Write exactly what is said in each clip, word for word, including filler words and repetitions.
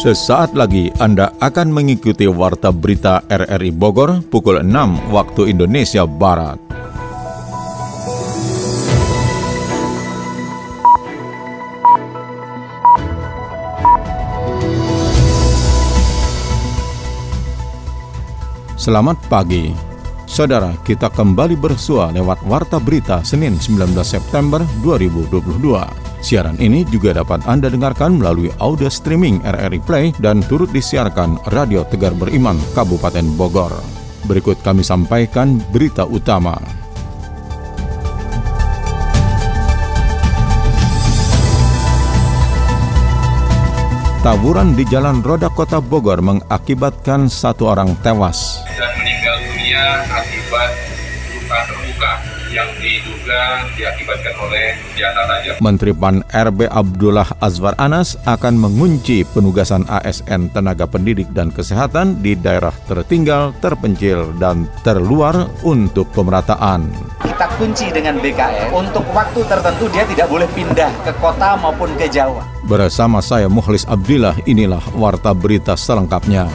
Sesaat lagi Anda akan mengikuti Warta Berita R R I Bogor pukul enam waktu Indonesia Barat. Selamat pagi. Saudara, kita kembali bersua lewat Warta Berita Senin sembilan belas September dua ribu dua puluh dua. Siaran ini juga dapat Anda dengarkan melalui audio streaming R R I Play dan turut disiarkan Radio Tegar Beriman Kabupaten Bogor. Berikut kami sampaikan berita utama. Tawuran di Jalan Roda Kota Bogor mengakibatkan satu orang tewas dan meninggal dunia akibat luka terbuka yang diduga diakibatkan oleh senjata tajam. Menteri Pan R B Abdullah Azwar Anas akan mengunci penugasan A S N tenaga pendidik dan kesehatan di daerah tertinggal, terpencil, dan terluar untuk pemerataan. Kita kunci dengan B K N untuk waktu tertentu dia tidak boleh pindah ke kota maupun ke Jawa. Bersama saya Mukhlis Abdillah, inilah Warta Berita selengkapnya.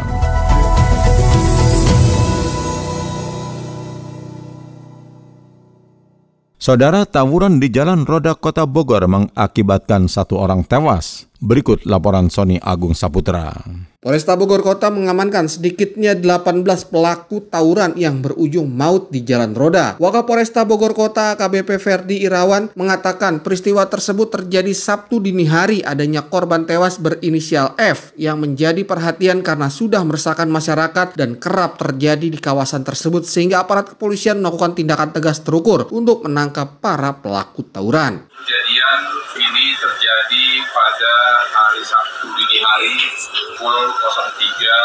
Saudara, tawuran di Jalan Roda Kota Bogor mengakibatkan satu orang tewas. Berikut laporan Sony Agung Saputra. Polresta Bogor Kota mengamankan sedikitnya delapan belas pelaku tawuran yang berujung maut di jalan roda. Wakapolresta Bogor Kota A K B P Ferdi Irawan mengatakan peristiwa tersebut terjadi Sabtu dini hari. Adanya korban tewas berinisial F yang menjadi perhatian karena sudah meresahkan masyarakat dan kerap terjadi di kawasan tersebut sehingga aparat kepolisian melakukan tindakan tegas terukur untuk menangkap para pelaku tawuran. Kejadian ini terjadi pada hari Sabtu dini hari pukul nol tiga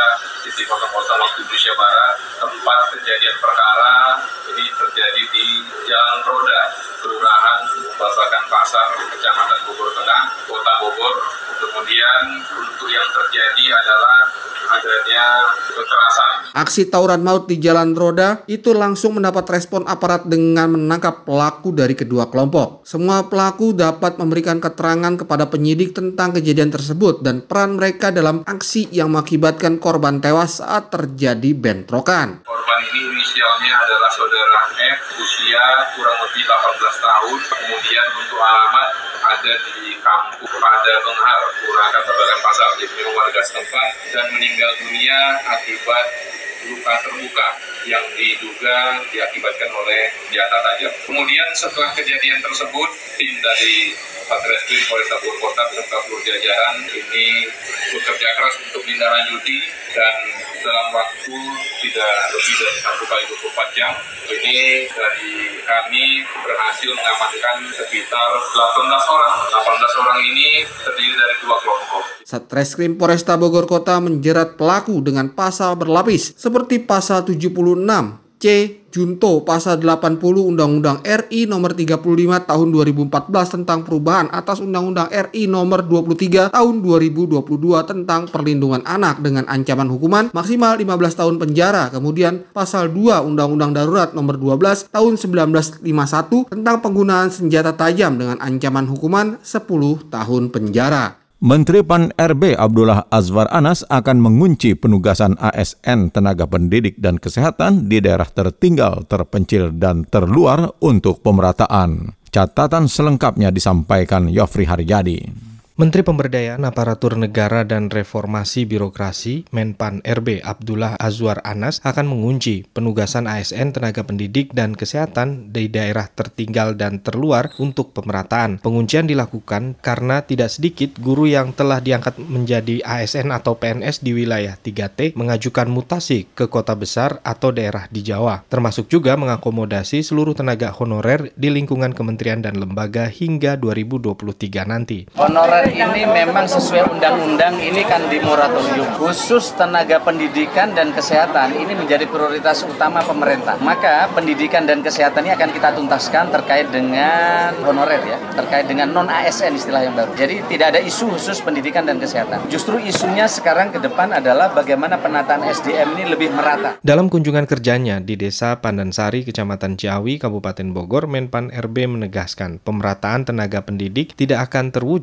waktu Indonesia Barat. Tempat kejadian perkara ini terjadi di Jalan Roda, Kelurahan Babakan Pasar, Kecamatan Bogor Tengah, Kota Bogor. Kemudian untuk yang terjadi adalah adanya kekerasan. Aksi tawuran maut di Jalan Roda itu langsung mendapat respon aparat dengan menangkap pelaku dari kedua kelompok. Semua pelaku dapat memberikan keterangan kepada penyidik tentang kejadian tersebut dan peran mereka dalam aksi yang mengakibatkan korban tewas saat terjadi bentrokan. Korban ini inisialnya adalah saudara F, usia kurang lebih delapan belas tahun. Kemudian untuk alamat ada di Kampung Pada Benghar, Kelurahan Babakan Pasar, di warga setempat, dan meninggal dunia akibat luka terbuka yang diduga diakibatkan oleh senjata tajam. Kemudian setelah kejadian tersebut, tim dari Satreskrim Polresta Bogor Kota beserta seluruh jajaran ini bekerja keras untuk menindaklanjuti dan dalam waktu tidak lebih dari satu kali dua puluh empat jam ini dari kami berhasil mengamankan sekitar delapan belas orang. delapan belas orang ini terdiri dari dua kelompok. Satreskrim Polresta Bogor Kota menjerat pelaku dengan pasal berlapis seperti pasal tujuh puluh enam C Junto, pasal delapan puluh Undang-Undang R I nomor tiga puluh lima tahun dua ribu empat belas tentang perubahan atas Undang-Undang R I nomor dua puluh tiga tahun dua ribu dua puluh dua tentang perlindungan anak dengan ancaman hukuman maksimal lima belas tahun penjara. Kemudian pasal dua Undang-Undang Darurat nomor dua belas tahun seribu sembilan ratus lima puluh satu tentang penggunaan senjata tajam dengan ancaman hukuman sepuluh tahun penjara. Menteri Pan R B Abdullah Azwar Anas akan mengunci penugasan A S N tenaga pendidik dan kesehatan di daerah tertinggal, terpencil, dan terluar untuk pemerataan. Catatan selengkapnya disampaikan Yofri Haryadi. Menteri Pemberdayaan Aparatur Negara dan Reformasi Birokrasi Menpan R B Abdullah Azwar Anas akan mengunci penugasan A S N tenaga pendidik dan kesehatan di daerah tertinggal dan terluar untuk pemerataan. Penguncian dilakukan karena tidak sedikit guru yang telah diangkat menjadi A S N atau P N S di wilayah tiga T mengajukan mutasi ke kota besar atau daerah di Jawa, termasuk juga mengakomodasi seluruh tenaga honorer di lingkungan kementerian dan lembaga hingga dua ribu dua puluh tiga nanti. Honorer ini memang sesuai undang-undang, ini kan di moratorium. Khusus tenaga pendidikan dan kesehatan ini menjadi prioritas utama pemerintah. Maka pendidikan dan kesehatan ini akan kita tuntaskan terkait dengan honorer ya, terkait dengan non A S N istilah yang baru. Jadi tidak ada isu khusus pendidikan dan kesehatan. Justru isunya sekarang ke depan adalah bagaimana penataan S D M ini lebih merata. Dalam kunjungan kerjanya di Desa Pandansari, Kecamatan Ciawi, Kabupaten Bogor, Menpan R B menegaskan pemerataan tenaga pendidik tidak akan terwujud meski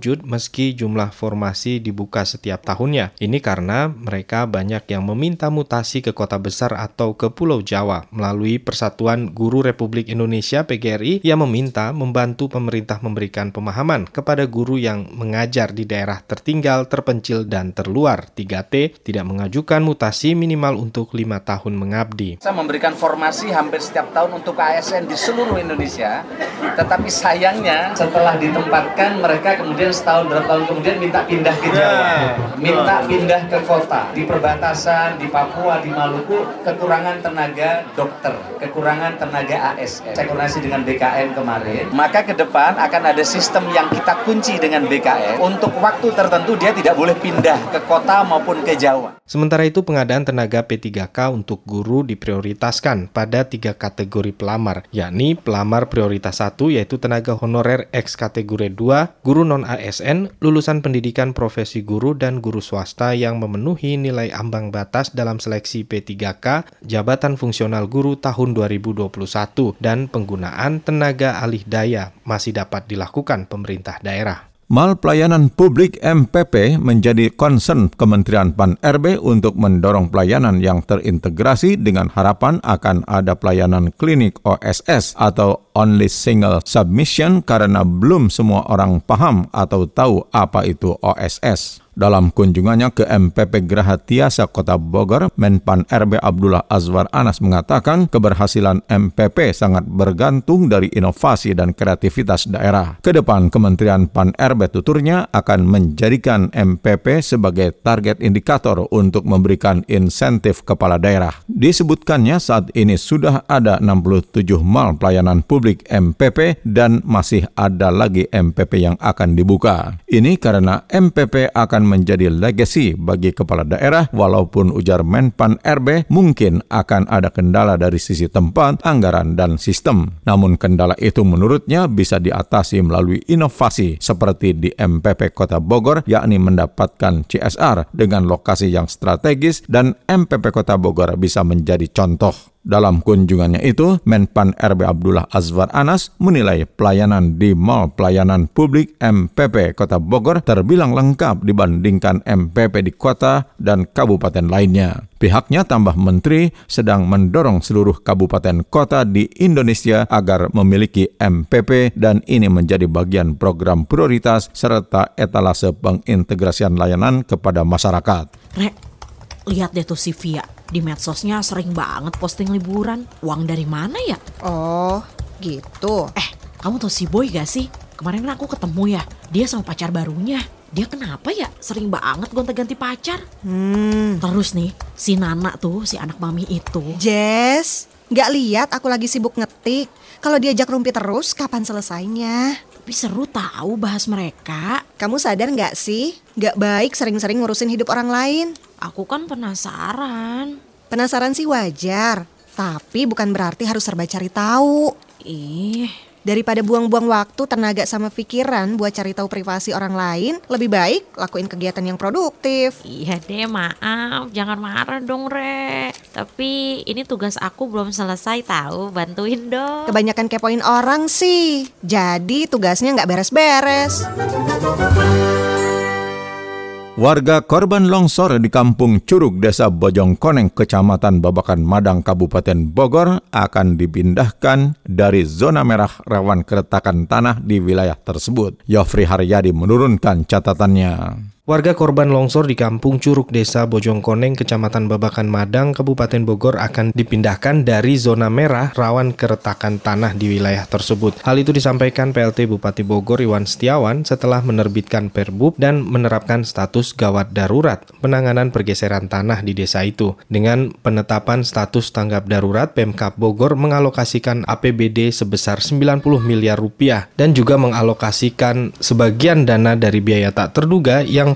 meski jumlah formasi dibuka setiap tahunnya. Ini karena mereka banyak yang meminta mutasi ke kota besar atau ke Pulau Jawa melalui Persatuan Guru Republik Indonesia P G R I yang meminta membantu pemerintah memberikan pemahaman kepada guru yang mengajar di daerah tertinggal, terpencil, dan terluar. tiga T tidak mengajukan mutasi minimal untuk lima tahun mengabdi. Saya memberikan formasi hampir setiap tahun untuk A S N di seluruh Indonesia, tetapi sayangnya setelah ditempatkan mereka kemudian setahun berapa tahun kemudian minta pindah ke Jawa, minta pindah ke kota, di perbatasan, di Papua, di Maluku, kekurangan tenaga dokter, kekurangan tenaga A S N. Saya koordinasi dengan B K N kemarin, maka ke depan akan ada sistem yang kita kunci dengan B K N, untuk waktu tertentu dia tidak boleh pindah ke kota maupun ke Jawa. Sementara itu pengadaan tenaga P tiga K untuk guru diprioritaskan pada tiga kategori pelamar, yakni pelamar prioritas satu yaitu tenaga honorer X kategori dua, guru non-A S N, lulusan pendidikan profesi guru dan guru swasta yang memenuhi nilai ambang batas dalam seleksi P tiga K jabatan fungsional guru tahun dua ribu dua puluh satu, dan penggunaan tenaga alih daya masih dapat dilakukan pemerintah daerah. Mal pelayanan publik M P P menjadi concern Kementerian Pan R B untuk mendorong pelayanan yang terintegrasi dengan harapan akan ada pelayanan klinik O S S atau Only Single Submission karena belum semua orang paham atau tahu apa itu O S S. Dalam kunjungannya ke M P P Geraha Tiasa Kota Bogor, Menpan R B Abdullah Azwar Anas mengatakan keberhasilan M P P sangat bergantung dari inovasi dan kreativitas daerah. Kedepan Kementerian Pan R B tuturnya akan menjadikan M P P sebagai target indikator untuk memberikan insentif kepala daerah. Disebutkannya saat ini sudah ada enam puluh tujuh mal pelayanan publik M P P dan masih ada lagi M P P yang akan dibuka. Ini karena M P P akan menjadi legasi bagi kepala daerah, walaupun ujar Menpan R B mungkin akan ada kendala dari sisi tempat, anggaran, dan sistem. Namun kendala itu menurutnya bisa diatasi melalui inovasi seperti di M P P Kota Bogor, yakni mendapatkan C S R dengan lokasi yang strategis, dan M P P Kota Bogor bisa menjadi contoh. Dalam kunjungannya itu, Menpan R B Abdullah Azwar Anas menilai pelayanan di Mal Pelayanan Publik M P P Kota Bogor terbilang lengkap dibandingkan M P P di kota dan kabupaten lainnya. Pihaknya tambah menteri sedang mendorong seluruh kabupaten kota di Indonesia agar memiliki M P P dan ini menjadi bagian program prioritas serta etalase pengintegrasian layanan kepada masyarakat. Rek, lihat deh tuh si Via. Di medsosnya sering banget posting liburan. Uang dari mana ya? Oh, gitu. Eh, kamu tahu si Boy gak sih? Kemarin kan aku ketemu ya. Dia sama pacar barunya. Dia kenapa ya? Sering banget gonta-ganti pacar. Hmm. Terus nih, si Nana tuh, si anak mami itu. Jess, gak lihat aku lagi sibuk ngetik. Kalau diajak rumpi terus, kapan selesainya? Tapi seru tahu bahas mereka. Kamu sadar gak sih? Gak baik sering-sering ngurusin hidup orang lain. Aku kan penasaran. Penasaran sih wajar, tapi bukan berarti harus serba cari tahu. Ih, daripada buang-buang waktu, tenaga sama pikiran buat cari tahu privasi orang lain, lebih baik lakuin kegiatan yang produktif. Iya deh, maaf, jangan marah dong, Re. Tapi ini tugas aku belum selesai tahu, bantuin dong. Kebanyakan kepoin orang sih, jadi tugasnya nggak beres-beres. Warga korban longsor di Kampung Curug, Desa Bojongkoneng, Kecamatan Babakan Madang, Kabupaten Bogor akan dipindahkan dari zona merah rawan keretakan tanah di wilayah tersebut. Yofri Haryadi menurunkan catatannya. Warga korban longsor di Kampung Curug, Desa Bojongkoneng, Kecamatan Babakan Madang, Kabupaten Bogor akan dipindahkan dari zona merah rawan keretakan tanah di wilayah tersebut. Hal itu disampaikan P L T Bupati Bogor Iwan Setiawan setelah menerbitkan Perbub dan menerapkan status gawat darurat penanganan pergeseran tanah di desa itu. Dengan penetapan status tanggap darurat, Pemkab Bogor mengalokasikan A P B D sebesar sembilan puluh miliar rupiah dan juga mengalokasikan sebagian dana dari biaya tak terduga yang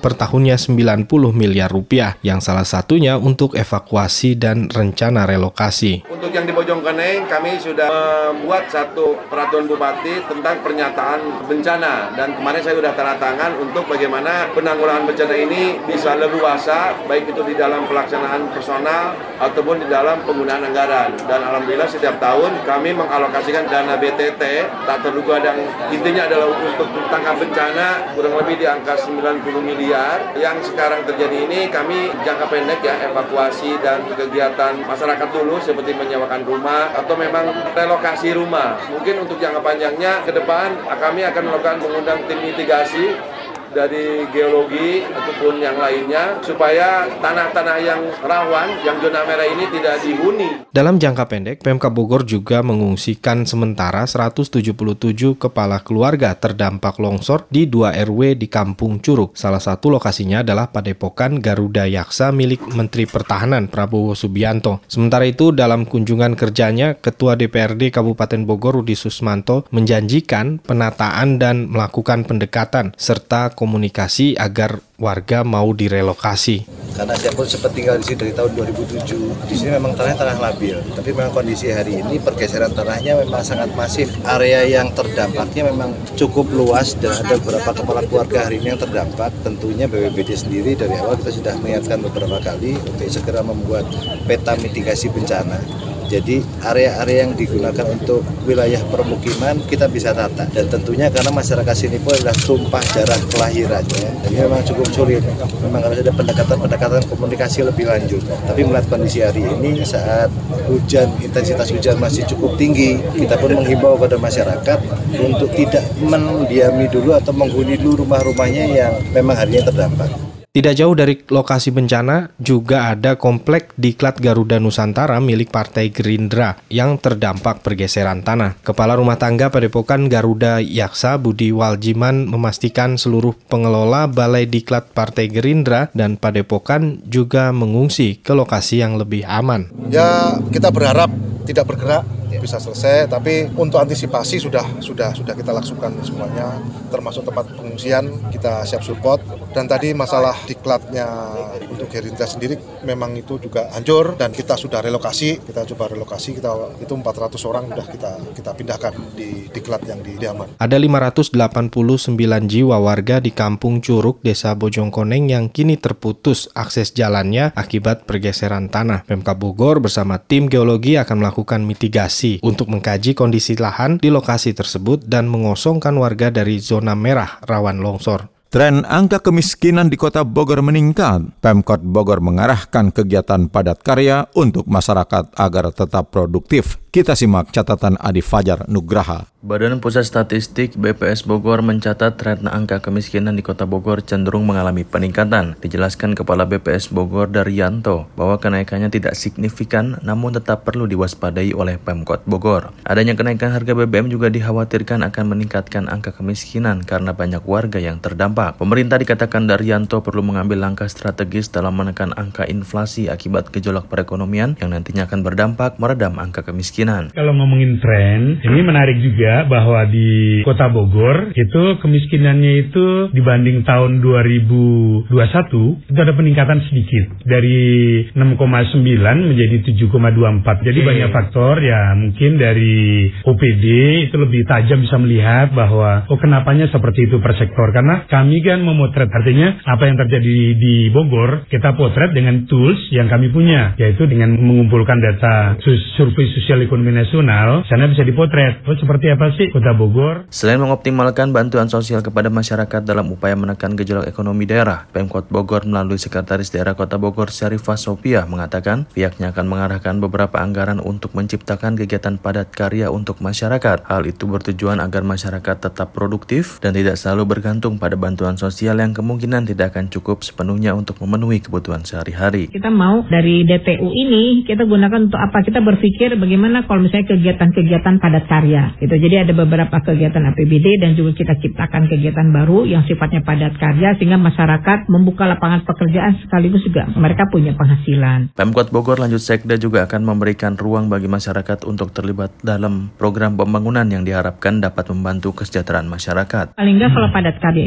per tahunnya sembilan puluh miliar rupiah, yang salah satunya untuk evakuasi dan rencana relokasi. Untuk yang di Bojongkoneng, kami sudah membuat satu peraturan bupati tentang pernyataan bencana, dan kemarin saya sudah tanda tangan untuk bagaimana penanggulangan bencana ini bisa leluasa, baik itu di dalam pelaksanaan personal ataupun di dalam penggunaan anggaran. Dan alhamdulillah setiap tahun kami mengalokasikan dana B T T tak terduga, dan intinya adalah untuk tangkap bencana kurang lebih di angka sembilan puluh miliar. Yang sekarang terjadi ini kami jangka pendek ya, evakuasi dan kegiatan masyarakat dulu seperti menyewakan rumah atau memang relokasi rumah. Mungkin untuk jangka panjangnya ke depan kami akan melakukan mengundang tim mitigasi dari geologi ataupun yang lainnya supaya tanah-tanah yang rawan, yang zona merah ini tidak dihuni. Dalam jangka pendek, Pemkab Bogor juga mengungsikan sementara seratus tujuh puluh tujuh kepala keluarga terdampak longsor di dua R W di Kampung Curug. Salah satu lokasinya adalah Padepokan Garuda Yaksa milik Menteri Pertahanan Prabowo Subianto. Sementara itu, dalam kunjungan kerjanya, Ketua D P R D Kabupaten Bogor Rudi Susmanto menjanjikan penataan dan melakukan pendekatan serta komunikasi agar warga mau direlokasi. Karena saya pun sempat tinggal di sini dari tahun dua ribu tujuh. Di sini memang tanahnya tanah labil, tapi memang kondisi hari ini pergeseran tanahnya memang sangat masif. Area yang terdampaknya memang cukup luas dan ada beberapa kepala keluarga hari ini yang terdampak. Tentunya B P B D sendiri dari awal kita sudah mengingatkan beberapa kali untuk segera membuat peta mitigasi bencana. Jadi area-area yang digunakan untuk wilayah permukiman kita bisa tata, dan tentunya karena masyarakat sini pun adalah tumpah darah kelahirannya, jadi memang cukup sulit. Memang harus ada pendekatan-pendekatan komunikasi lebih lanjut. Tapi melihat kondisi hari ini saat hujan, intensitas hujan masih cukup tinggi, kita pun menghimbau kepada masyarakat untuk tidak mendiami dulu atau menghuni dulu rumah-rumahnya yang memang hari ini terdampak. Tidak jauh dari lokasi bencana juga ada komplek Diklat Garuda Nusantara milik Partai Gerindra yang terdampak pergeseran tanah. Kepala Rumah Tangga Padepokan Garuda Yaksa Budi Waljiman memastikan seluruh pengelola Balai Diklat Partai Gerindra dan Padepokan juga mengungsi ke lokasi yang lebih aman. Ya, kita berharap tidak bergerak bisa selesai, tapi untuk antisipasi sudah sudah sudah kita lakukan semuanya, termasuk tempat pengungsian kita siap support. Dan tadi masalah diklatnya untuk Gerindra sendiri memang itu juga hancur dan kita sudah relokasi, kita coba relokasi, kita itu empat ratus orang sudah kita kita pindahkan di diklat yang di Diaman. Ada lima ratus delapan puluh sembilan jiwa warga di Kampung Curug, Desa Bojongkoneng yang kini terputus akses jalannya akibat pergeseran tanah. Pemkab Bogor bersama tim geologi akan melakukan mitigasi untuk mengkaji kondisi lahan di lokasi tersebut dan mengosongkan warga dari zona merah rawan longsor. Tren angka kemiskinan di Kota Bogor meningkat. Pemkot Bogor mengarahkan kegiatan padat karya untuk masyarakat agar tetap produktif. Kita simak catatan Adi Fajar Nugraha. Badan Pusat Statistik B P S Bogor mencatat tren angka kemiskinan di Kota Bogor cenderung mengalami peningkatan. Dijelaskan Kepala B P S Bogor Daryanto bahwa kenaikannya tidak signifikan namun tetap perlu diwaspadai oleh Pemkot Bogor. Adanya kenaikan harga B B M juga dikhawatirkan akan meningkatkan angka kemiskinan karena banyak warga yang terdampak. Pemerintah, dikatakan Daryanto, perlu mengambil langkah strategis dalam menekan angka inflasi akibat gejolak perekonomian yang nantinya akan berdampak meredam angka kemiskinan. Kalau ngomongin tren, ini menarik juga bahwa di Kota Bogor itu kemiskinannya itu dibanding tahun dua ribu dua puluh satu itu ada peningkatan sedikit dari enam koma sembilan menjadi tujuh koma dua puluh empat. Jadi okay. Banyak faktor ya, mungkin dari O P D itu lebih tajam bisa melihat bahwa oh kenapanya seperti itu per sektor, karena kami kan memotret, artinya apa yang terjadi di Bogor kita potret dengan tools yang kami punya, yaitu dengan mengumpulkan data survei sosial ekonomi nasional, sana bisa dipotret oh seperti apa sih Kota Bogor. Selain mengoptimalkan bantuan sosial kepada masyarakat dalam upaya menekan gejolak ekonomi daerah, Pemkot Bogor melalui Sekretaris Daerah Kota Bogor Syarifah Sophia mengatakan pihaknya akan mengarahkan beberapa anggaran untuk menciptakan kegiatan padat karya untuk masyarakat. Hal itu bertujuan agar masyarakat tetap produktif dan tidak selalu bergantung pada bantuan sosial yang kemungkinan tidak akan cukup sepenuhnya untuk memenuhi kebutuhan sehari-hari. Kita mau dari D T U ini kita gunakan untuk apa? Kita berpikir bagaimana kalau misalnya kegiatan-kegiatan padat karya gitu. Jadi ada beberapa kegiatan A P B D dan juga kita ciptakan kegiatan baru yang sifatnya padat karya sehingga masyarakat membuka lapangan pekerjaan sekaligus juga mereka punya penghasilan. Pemkot Bogor lanjut Sekda juga akan memberikan ruang bagi masyarakat untuk terlibat dalam program pembangunan yang diharapkan dapat membantu kesejahteraan masyarakat. Paling nggak kalau padat karya itu kita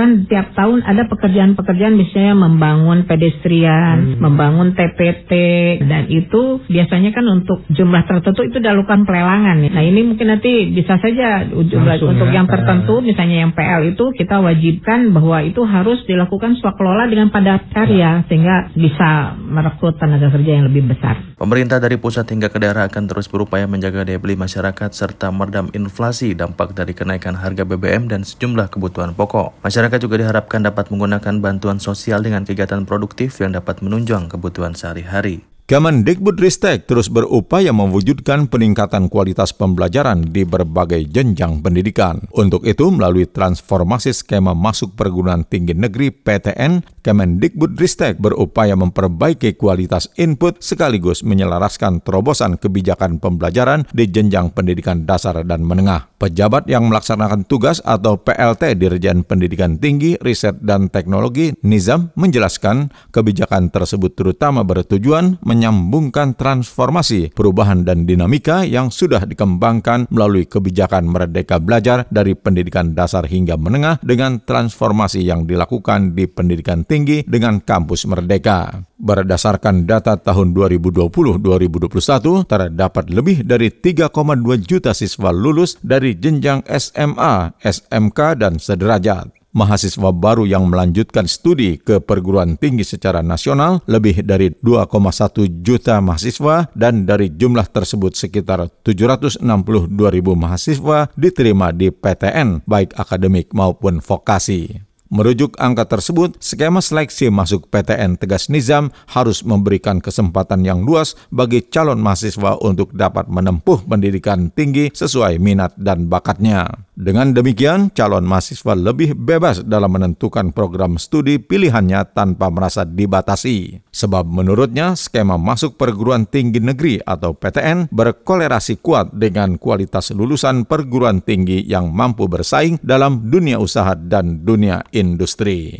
kan tiap tahun ada pekerjaan-pekerjaan misalnya membangun pedestrian, hmm. membangun T P T, dan itu biasanya kan untuk jumlah tertentu itu dilakukan pelelangan. Nah ini mungkin nanti bisa saja jumlah Langsung untuk ya, yang tertentu, misalnya yang P L itu kita wajibkan bahwa itu harus dilakukan swakelola dengan padat karya ya. Sehingga bisa merekrut tenaga kerja yang lebih besar. Pemerintah dari pusat hingga ke daerah akan terus berupaya menjaga daya beli masyarakat serta meredam inflasi dampak dari kenaikan harga B B M dan sejumlah kebutuhan pokok. Masyarakat juga diharapkan dapat menggunakan bantuan sosial dengan kegiatan produktif yang dapat menunjang kebutuhan sehari-hari. Kemendikbudristek terus berupaya mewujudkan peningkatan kualitas pembelajaran di berbagai jenjang pendidikan. Untuk itu, melalui transformasi skema masuk perguruan tinggi negeri P T N, Kemendikbudristek berupaya memperbaiki kualitas input sekaligus menyelaraskan terobosan kebijakan pembelajaran di jenjang pendidikan dasar dan menengah. Pejabat yang melaksanakan tugas atau P L T Dirjen Pendidikan Tinggi, Riset dan Teknologi Nizam menjelaskan kebijakan tersebut terutama bertujuan menyambungkan transformasi, perubahan dan dinamika yang sudah dikembangkan melalui kebijakan Merdeka Belajar dari pendidikan dasar hingga menengah dengan transformasi yang dilakukan di pendidikan tinggi dengan kampus Merdeka. Berdasarkan data tahun dua ribu dua puluh dua ribu dua puluh satu, terdapat lebih dari tiga koma dua juta siswa lulus dari jenjang S M A, S M K, dan sederajat. Mahasiswa baru yang melanjutkan studi ke perguruan tinggi secara nasional lebih dari dua koma satu juta mahasiswa, dan dari jumlah tersebut sekitar tujuh ratus enam puluh dua ribu mahasiswa diterima di P T N, baik akademik maupun vokasi. Merujuk angka tersebut, skema seleksi masuk P T N tegas Nizam harus memberikan kesempatan yang luas bagi calon mahasiswa untuk dapat menempuh pendidikan tinggi sesuai minat dan bakatnya. Dengan demikian, calon mahasiswa lebih bebas dalam menentukan program studi pilihannya tanpa merasa dibatasi. Sebab menurutnya, skema masuk perguruan tinggi negeri atau P T N berkolerasi kuat dengan kualitas lulusan perguruan tinggi yang mampu bersaing dalam dunia usaha dan dunia industri.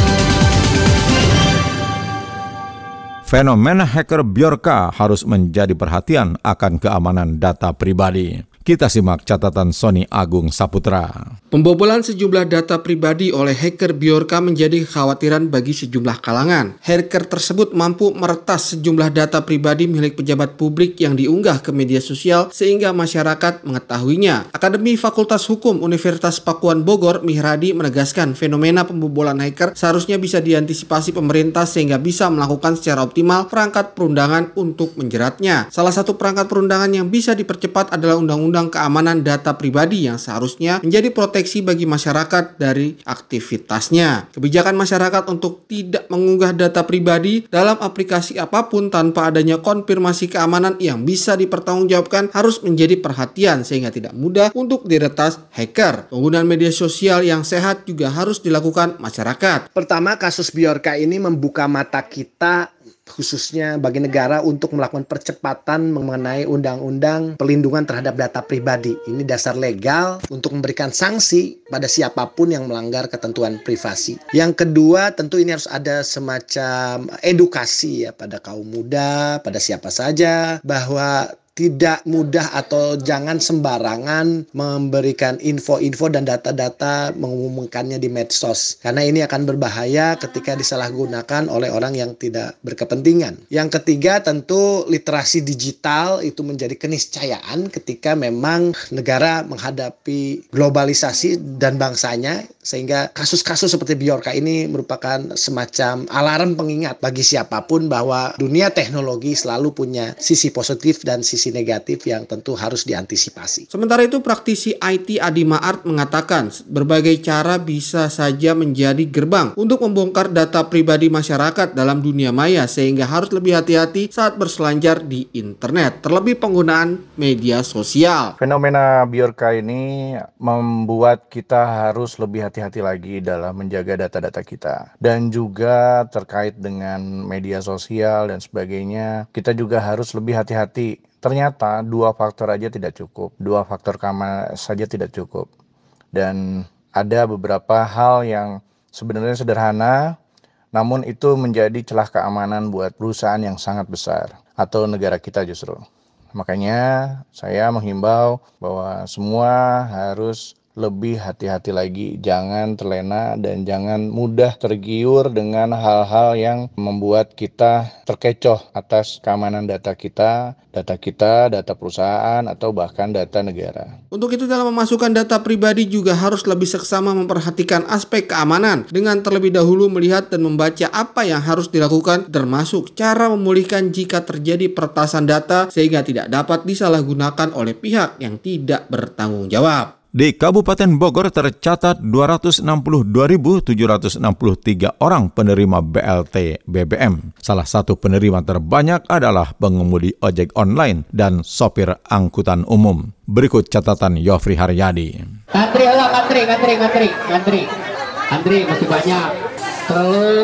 Fenomena hacker Bjorka harus menjadi perhatian akan keamanan data pribadi. Kita simak catatan Sony Agung Saputra. Pembobolan sejumlah data pribadi oleh hacker Bjorka menjadi kekhawatiran bagi sejumlah kalangan. Hacker tersebut mampu meretas sejumlah data pribadi milik pejabat publik yang diunggah ke media sosial sehingga masyarakat mengetahuinya. Akademi Fakultas Hukum Universitas Pakuan Bogor, Mihradi, menegaskan fenomena pembobolan hacker seharusnya bisa diantisipasi pemerintah sehingga bisa melakukan secara optimal perangkat perundangan untuk menjeratnya. Salah satu perangkat perundangan yang bisa dipercepat adalah Undang-Undang Undang Keamanan Data Pribadi yang seharusnya menjadi proteksi bagi masyarakat dari aktivitasnya. Kebijakan masyarakat untuk tidak mengunggah data pribadi dalam aplikasi apapun tanpa adanya konfirmasi keamanan yang bisa dipertanggungjawabkan harus menjadi perhatian sehingga tidak mudah untuk diretas hacker. Penggunaan media sosial yang sehat juga harus dilakukan masyarakat. Pertama, kasus Bjorka ini membuka mata kita khususnya bagi negara untuk melakukan percepatan mengenai undang-undang perlindungan terhadap data pribadi. Ini dasar legal untuk memberikan sanksi pada siapapun yang melanggar ketentuan privasi. Yang kedua, tentu ini harus ada semacam edukasi ya pada kaum muda, pada siapa saja, bahwa tidak mudah atau jangan sembarangan memberikan info-info dan data-data mengumumkannya di medsos. Karena ini akan berbahaya ketika disalahgunakan oleh orang yang tidak berkepentingan. Yang ketiga, tentu literasi digital itu menjadi keniscayaan ketika memang negara menghadapi globalisasi dan bangsanya, sehingga kasus-kasus seperti Bjorka ini merupakan semacam alarm pengingat bagi siapapun bahwa dunia teknologi selalu punya sisi positif dan sisi negatif yang tentu harus diantisipasi. Sementara itu, praktisi I T Adi Ma'art mengatakan berbagai cara bisa saja menjadi gerbang untuk membongkar data pribadi masyarakat dalam dunia maya sehingga harus lebih hati-hati saat berselancar di internet, terlebih penggunaan media sosial. Fenomena Bjorka ini membuat kita harus lebih hati-hati lagi dalam menjaga data-data kita. Dan juga terkait dengan media sosial dan sebagainya, kita juga harus lebih hati-hati. Ternyata dua faktor aja tidak cukup, dua faktor keamanan saja tidak cukup. Dan ada beberapa hal yang sebenarnya sederhana, namun itu menjadi celah keamanan buat perusahaan yang sangat besar atau negara kita justru. Makanya saya menghimbau bahwa semua harus lebih hati-hati lagi, jangan terlena dan jangan mudah tergiur dengan hal-hal yang membuat kita terkecoh atas keamanan data kita, data kita, data perusahaan, atau bahkan data negara. Untuk itu dalam memasukkan data pribadi juga harus lebih seksama memperhatikan aspek keamanan dengan terlebih dahulu melihat dan membaca apa yang harus dilakukan termasuk cara memulihkan jika terjadi peretasan data sehingga tidak dapat disalahgunakan oleh pihak yang tidak bertanggung jawab. Di Kabupaten Bogor tercatat dua ratus enam puluh dua ribu tujuh ratus enam puluh tiga orang penerima B L T B B M. Salah satu penerima terbanyak adalah pengemudi ojek online dan sopir angkutan umum. Berikut catatan Yofri Haryadi. Antri, antri, antri, antri, antri, antri masih banyak. Perlu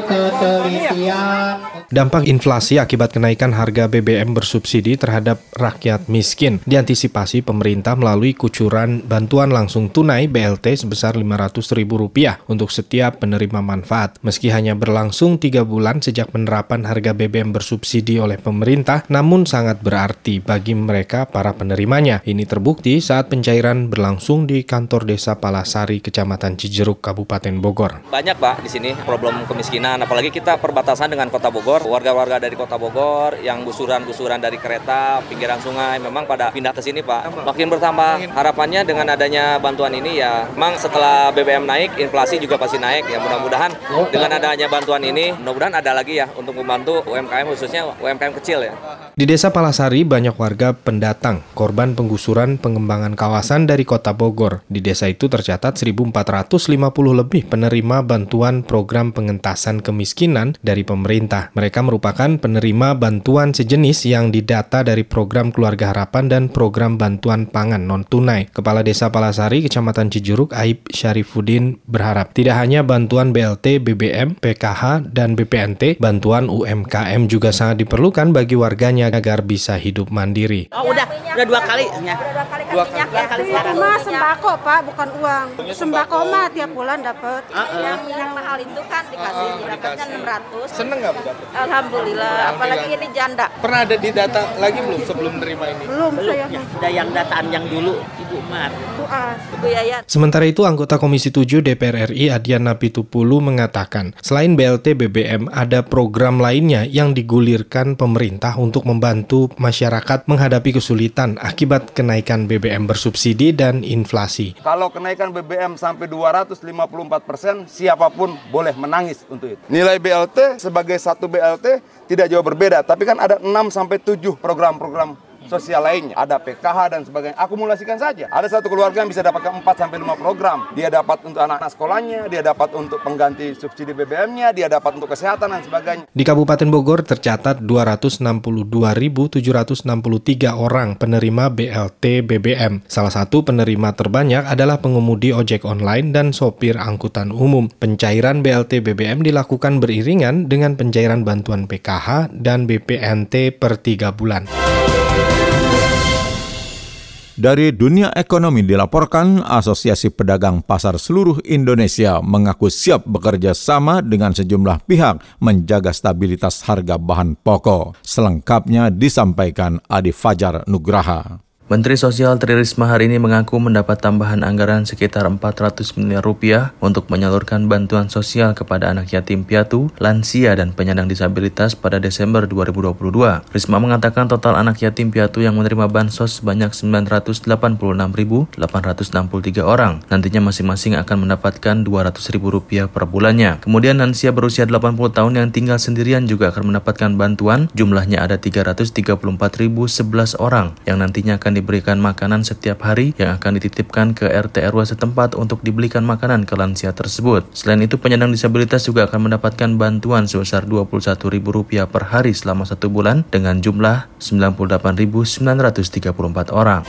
ketelitian. Dampak inflasi akibat kenaikan harga B B M bersubsidi terhadap rakyat miskin diantisipasi pemerintah melalui kucuran bantuan langsung tunai B L T sebesar lima ratus ribu rupiah untuk setiap penerima manfaat. Meski hanya berlangsung tiga bulan sejak penerapan harga B B M bersubsidi oleh pemerintah, namun sangat berarti bagi mereka para penerimanya. Ini terbukti saat pencairan berlangsung di kantor Desa Palasari, Kecamatan Cijeruk, Kabupaten Bogor. Banyak Pak di sini problem kemiskinan, apalagi kita perbatasan dengan Kota Bogor. Warga-warga dari Kota Bogor yang gusuran-gusuran dari kereta, pinggiran sungai memang pada pindah ke sini Pak. Makin bertambah harapannya dengan adanya bantuan ini ya. Memang setelah B B M naik, inflasi juga pasti naik ya. Mudah-mudahan dengan adanya bantuan ini, mudah-mudahan ada lagi ya untuk membantu U M K M khususnya U M K M kecil ya. Di Desa Palasari banyak warga pendatang, korban penggusuran pengembangan kawasan dari Kota Bogor. Di desa itu tercatat seribu empat ratus lima puluh lebih penerima bantuan program pengentasan kemiskinan dari pemerintah. Mereka merupakan penerima bantuan sejenis yang didata dari program Keluarga Harapan dan program bantuan pangan non-tunai. Kepala Desa Palasari, Kecamatan Cijeruk, Aib Syarifuddin berharap tidak hanya bantuan B L T, B B M, P K H, dan B P N T, bantuan U M K M juga sangat diperlukan bagi warganya agar bisa hidup mandiri. Oh udah, udah dua kali ya. Dua kali, dua kali sekarang. Cuma sembako Pak, bukan uang. Sembako mah tiap bulan dapat. Yang yang mahal itu kan dikasih, dapatnya enam ratus. Seneng nggak Bu dapat? Alhamdulillah, apalagi ini janda. Pernah ada di data lagi belum sebelum menerima ini? Belum, saya. Ada yang dataan yang dulu, Ibu Mar. Ibu Yayat. Sementara itu, anggota Komisi tujuh D P R R I Adian Napitupulu mengatakan, selain B L T B B M, ada program lainnya yang digulirkan pemerintah untuk membantu masyarakat menghadapi kesulitan akibat kenaikan B B M bersubsidi dan inflasi. Kalau kenaikan B B M sampai dua ratus lima puluh empat persen, siapapun boleh menangis untuk itu. Nilai B L T sebagai satu B L T tidak jauh berbeda, tapi kan ada enam sampai tujuh program-program sosial lainnya. Ada P K H dan sebagainya. Akumulasikan saja. Ada satu keluarga yang bisa dapatkan empat sampai lima program. Dia dapat untuk anak-anak sekolahnya, dia dapat untuk pengganti subsidi B B M-nya, dia dapat untuk kesehatan dan sebagainya. Di Kabupaten Bogor tercatat dua ratus enam puluh dua ribu tujuh ratus enam puluh tiga orang penerima B L T B B M. Salah satu penerima terbanyak adalah pengemudi ojek online dan sopir angkutan umum. Pencairan B L T B B M dilakukan beriringan dengan pencairan bantuan P K H dan B P N T per tiga bulan. Dari dunia ekonomi dilaporkan, Asosiasi Pedagang Pasar Seluruh Indonesia mengaku siap bekerja sama dengan sejumlah pihak menjaga stabilitas harga bahan pokok. Selengkapnya disampaikan Adi Fajar Nugraha. Menteri Sosial Tri Risma hari ini mengaku mendapat tambahan anggaran sekitar empat ratus miliar rupiah untuk menyalurkan bantuan sosial kepada anak yatim piatu, lansia, dan penyandang disabilitas pada Desember dua ribu dua puluh dua. Risma mengatakan total anak yatim piatu yang menerima bansos sebanyak sembilan ratus delapan puluh enam ribu delapan ratus enam puluh tiga orang. Nantinya masing-masing akan mendapatkan dua ratus ribu rupiah per bulannya. Kemudian lansia berusia delapan puluh tahun yang tinggal sendirian juga akan mendapatkan bantuan. Jumlahnya ada tiga ratus tiga puluh empat ribu sebelas orang yang nantinya akan diberikan makanan setiap hari yang akan dititipkan ke R T R W setempat untuk dibelikan makanan ke lansia tersebut. Selain itu, penyandang disabilitas juga akan mendapatkan bantuan sebesar dua puluh satu ribu rupiah per hari selama satu bulan dengan jumlah sembilan puluh delapan ribu sembilan ratus tiga puluh empat orang.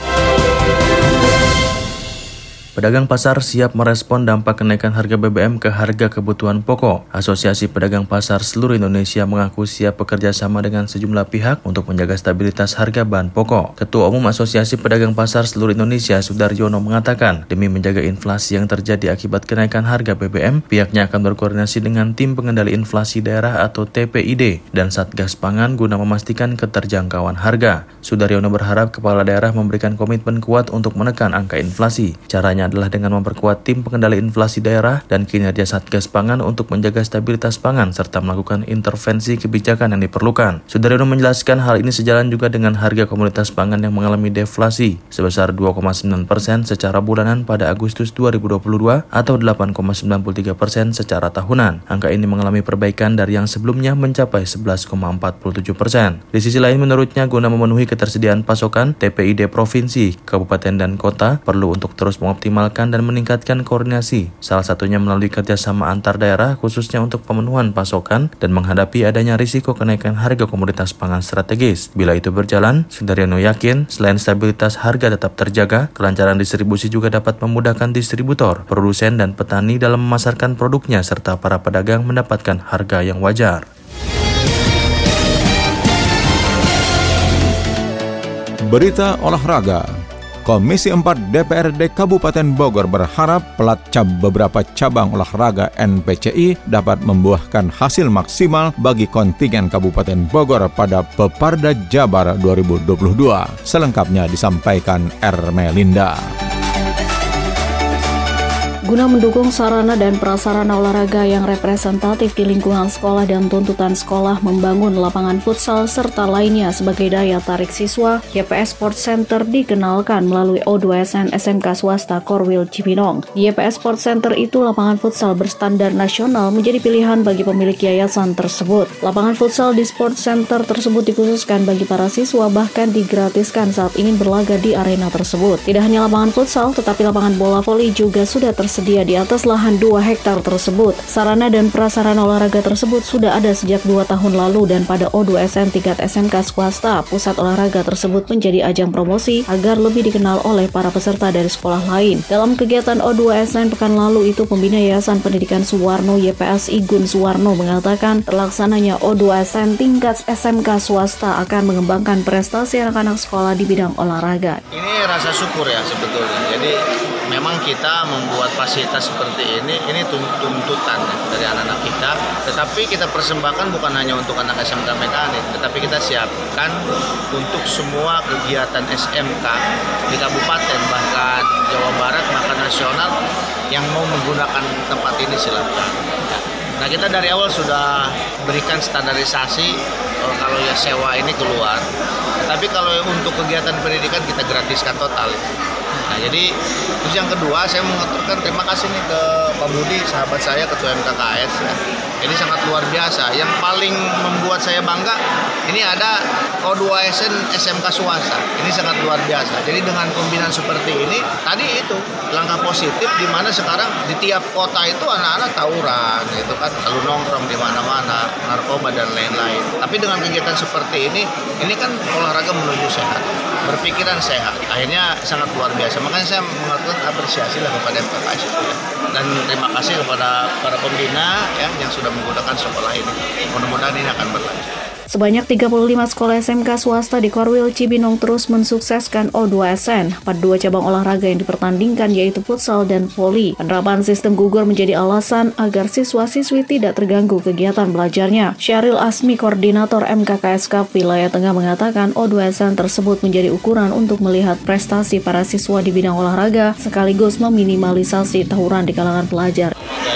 Pedagang pasar siap merespon dampak kenaikan harga B B M ke harga kebutuhan pokok. Asosiasi Pedagang Pasar Seluruh Indonesia mengaku siap bekerja sama dengan sejumlah pihak untuk menjaga stabilitas harga bahan pokok. Ketua Umum Asosiasi Pedagang Pasar Seluruh Indonesia, Sudaryono, mengatakan demi menjaga inflasi yang terjadi akibat kenaikan harga B B M, pihaknya akan berkoordinasi dengan Tim Pengendali Inflasi Daerah atau T P I D dan Satgas Pangan guna memastikan keterjangkauan harga. Sudaryono berharap kepala daerah memberikan komitmen kuat untuk menekan angka inflasi. Caranya adalah dengan memperkuat tim pengendali inflasi daerah dan kinerja Satgas Pangan untuk menjaga stabilitas pangan serta melakukan intervensi kebijakan yang diperlukan. Sudaryono menjelaskan hal ini sejalan juga dengan harga komoditas pangan yang mengalami deflasi sebesar dua koma sembilan persen secara bulanan pada Agustus dua ribu dua puluh dua atau delapan koma sembilan puluh tiga persen secara tahunan. Angka ini mengalami perbaikan dari yang sebelumnya mencapai sebelas koma empat puluh tujuh persen. Di sisi lain, menurutnya guna memenuhi ketersediaan pasokan, T P I D provinsi, kabupaten dan kota perlu untuk terus mengoptimalkan dan meningkatkan koordinasi, salah satunya melalui kerjasama antar daerah khususnya untuk pemenuhan pasokan dan menghadapi adanya risiko kenaikan harga komoditas pangan strategis. Bila itu berjalan, Sudaryono yakin selain stabilitas harga tetap terjaga, kelancaran distribusi juga dapat memudahkan distributor, produsen dan petani dalam memasarkan produknya serta para pedagang mendapatkan harga yang wajar. Berita olahraga. Komisi empat D P R D Kabupaten Bogor berharap pelacak beberapa cabang olahraga N P C I dapat membuahkan hasil maksimal bagi kontingen Kabupaten Bogor pada Peparda Jabar dua ribu dua puluh dua. Selengkapnya disampaikan R. Melinda. Guna mendukung sarana dan prasarana olahraga yang representatif di lingkungan sekolah dan tuntutan sekolah membangun lapangan futsal serta lainnya sebagai daya tarik siswa, Y P S Sports Center dikenalkan melalui O dua S N S M K swasta Korwil Cibinong. Di Y P S Sports Center itu lapangan futsal berstandar nasional menjadi pilihan bagi pemilik yayasan tersebut. Lapangan futsal di Sports Center tersebut dikhususkan bagi para siswa, bahkan digratiskan saat ingin berlaga di arena tersebut. Tidak hanya lapangan futsal, tetapi lapangan bola voli juga sudah tersedia Tersedia di atas lahan dua hektar tersebut. Sarana dan prasarana olahraga tersebut sudah ada sejak dua tahun lalu dan pada O dua S N tingkat S M K swasta, pusat olahraga tersebut menjadi ajang promosi agar lebih dikenal oleh para peserta dari sekolah lain. Dalam kegiatan O dua S N pekan lalu itu, pembina Yayasan Pendidikan Suwarno Y P S Igun Suwarno mengatakan terlaksananya O dua S N tingkat S M K swasta akan mengembangkan prestasi anak-anak sekolah di bidang olahraga. Ini rasa syukur ya sebetulnya. Jadi memang kita membuat fasilitas seperti ini, ini tuntutan dari anak-anak kita. Tetapi kita persembahkan bukan hanya untuk anak S M K mekanik, tetapi kita siapkan untuk semua kegiatan S M K di kabupaten, bahkan Jawa Barat, bahkan nasional yang mau menggunakan tempat ini silakan. Nah, kita dari awal sudah berikan standarisasi oh, kalau ya sewa ini keluar. Tapi kalau untuk kegiatan pendidikan kita gratiskan total. Nah, jadi terus yang kedua saya mengaturkan terima kasih nih ke Pak Budi, sahabat saya, Ketua M K K S ya. Ini sangat luar biasa. Yang paling membuat saya bangga, ini ada O dua S N S M K swasta. Ini sangat luar biasa. Jadi dengan pembinaan seperti ini, tadi itu langkah positif di mana sekarang di tiap kota itu anak-anak tawuran, gitu kan, lalu nongkrong di mana-mana, narkoba dan lain-lain. Tapi dengan kegiatan seperti ini, ini kan olahraga menuju sehat, berpikiran sehat. Akhirnya sangat luar biasa. Makanya saya mengatakan apresiasi lah kepada M K K S itu ya. Dan terima kasih kepada para pembina ya yang sudah menggunakan sekolah ini. Mudah-mudahan ini akan berlanjut. Sebanyak tiga puluh lima sekolah S M K swasta di Korwil Cibinong terus mensukseskan O dua S N pada dua cabang olahraga yang dipertandingkan, yaitu futsal dan voli. Penerapan sistem gugur menjadi alasan agar siswa-siswi tidak terganggu kegiatan belajarnya. Syahril Asmi, koordinator M K K S K Wilayah Tengah, mengatakan O dua S N tersebut menjadi ukuran untuk melihat prestasi para siswa di bidang olahraga sekaligus meminimalisasi tawuran di kalangan pelajar.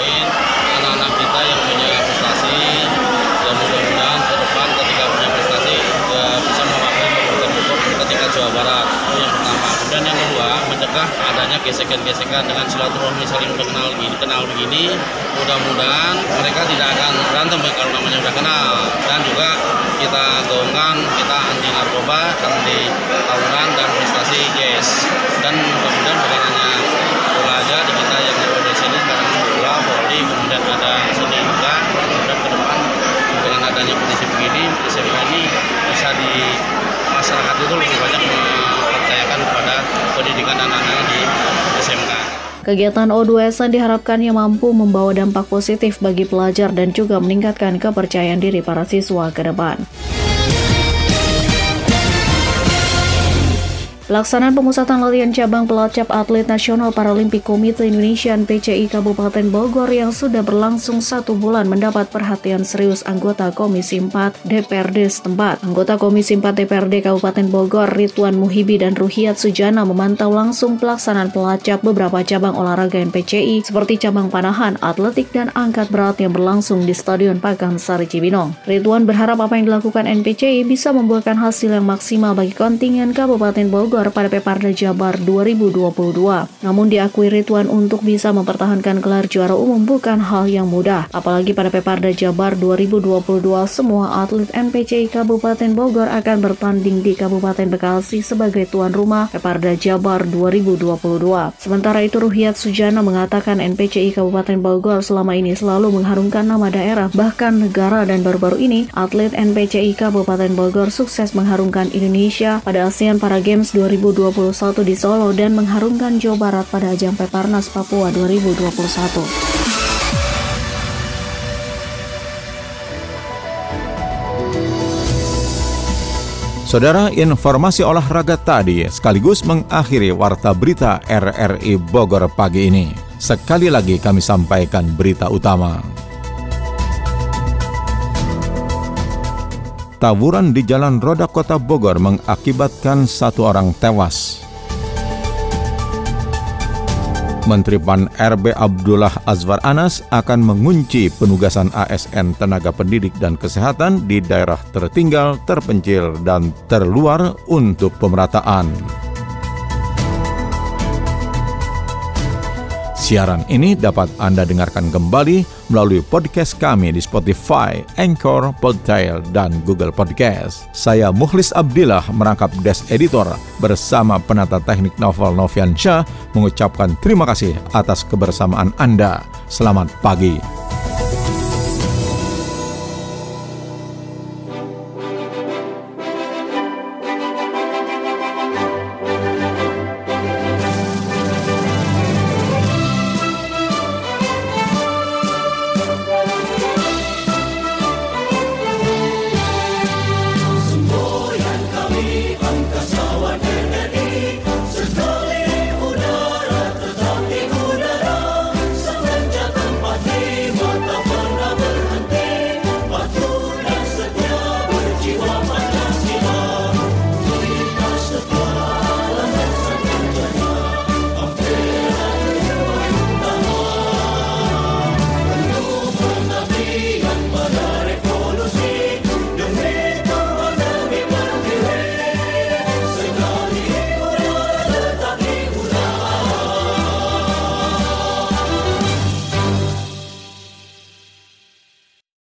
Adanya gesekan-gesekan dengan silaturahmi saling mengenal begini, kenal begini, mudah-mudahan mereka tidak akan berantem kalau namanya udah kenal. Dan juga kita gaungkan, kita anti narkoba, anti tawuran dan prestasi yes. Dan mudah-mudahan bukan hanya bola aja di kita yang ada di sini sekarang bola, voli, kemudian ada seni juga. Dan ke depan dengan adanya kondisi begini, S M K ini bisa di masyarakat itu lebih banyak mempercayakan kepada pendidikan anak-anak di S M K. Kegiatan O dua S N diharapkannya mampu membawa dampak positif bagi pelajar dan juga meningkatkan kepercayaan diri para siswa ke depan. Pelaksanaan pemusatan latihan cabang pelacap atlet nasional Paralimpik Komite Indonesia N P C I Kabupaten Bogor yang sudah berlangsung satu bulan mendapat perhatian serius anggota Komisi empat D P R D setempat. Anggota Komisi empat D P R D Kabupaten Bogor, Ridwan Muhibi dan Ruhiat Sujana memantau langsung pelaksanaan pelacap beberapa cabang olahraga N P C I seperti cabang panahan, atletik, dan angkat berat yang berlangsung di Stadion Pakansari Cibinong. Ridwan berharap apa yang dilakukan N P C I bisa membuahkan hasil yang maksimal bagi kontingen Kabupaten Bogor pada Peparda Jabar dua ribu dua puluh dua. Namun diakui Ridwan untuk bisa mempertahankan gelar juara umum bukan hal yang mudah. Apalagi pada Peparda Jabar dua ribu dua puluh dua, semua atlet N P C I Kabupaten Bogor akan bertanding di Kabupaten Bekasi sebagai tuan rumah Peparda Jabar dua ribu dua puluh dua. Sementara itu Ruhiat Sujana mengatakan N P C I Kabupaten Bogor selama ini selalu mengharumkan nama daerah, bahkan negara, dan baru-baru ini atlet N P C I Kabupaten Bogor sukses mengharumkan Indonesia pada ASEAN Para Games dua ribu dua puluh satu di Solo dan mengharumkan Jawa Barat pada ajang Peparnas Papua dua ribu dua puluh satu. Saudara, informasi olahraga tadi sekaligus mengakhiri Warta Berita R R I Bogor pagi ini. Sekali lagi kami sampaikan berita utama. Tawuran di Jalan Roda Kota Bogor mengakibatkan satu orang tewas. Menteri P A N R B Abdullah Azwar Anas akan mengunci penugasan A S N tenaga pendidik dan kesehatan di daerah tertinggal, terpencil, dan terluar untuk pemerataan. Siaran ini dapat Anda dengarkan kembali melalui podcast kami di Spotify, Anchor, Podtail, dan Google Podcast. Saya Mukhlis Abdillah merangkap Desk Editor bersama penata teknik Novel Noviansyah mengucapkan terima kasih atas kebersamaan Anda. Selamat pagi.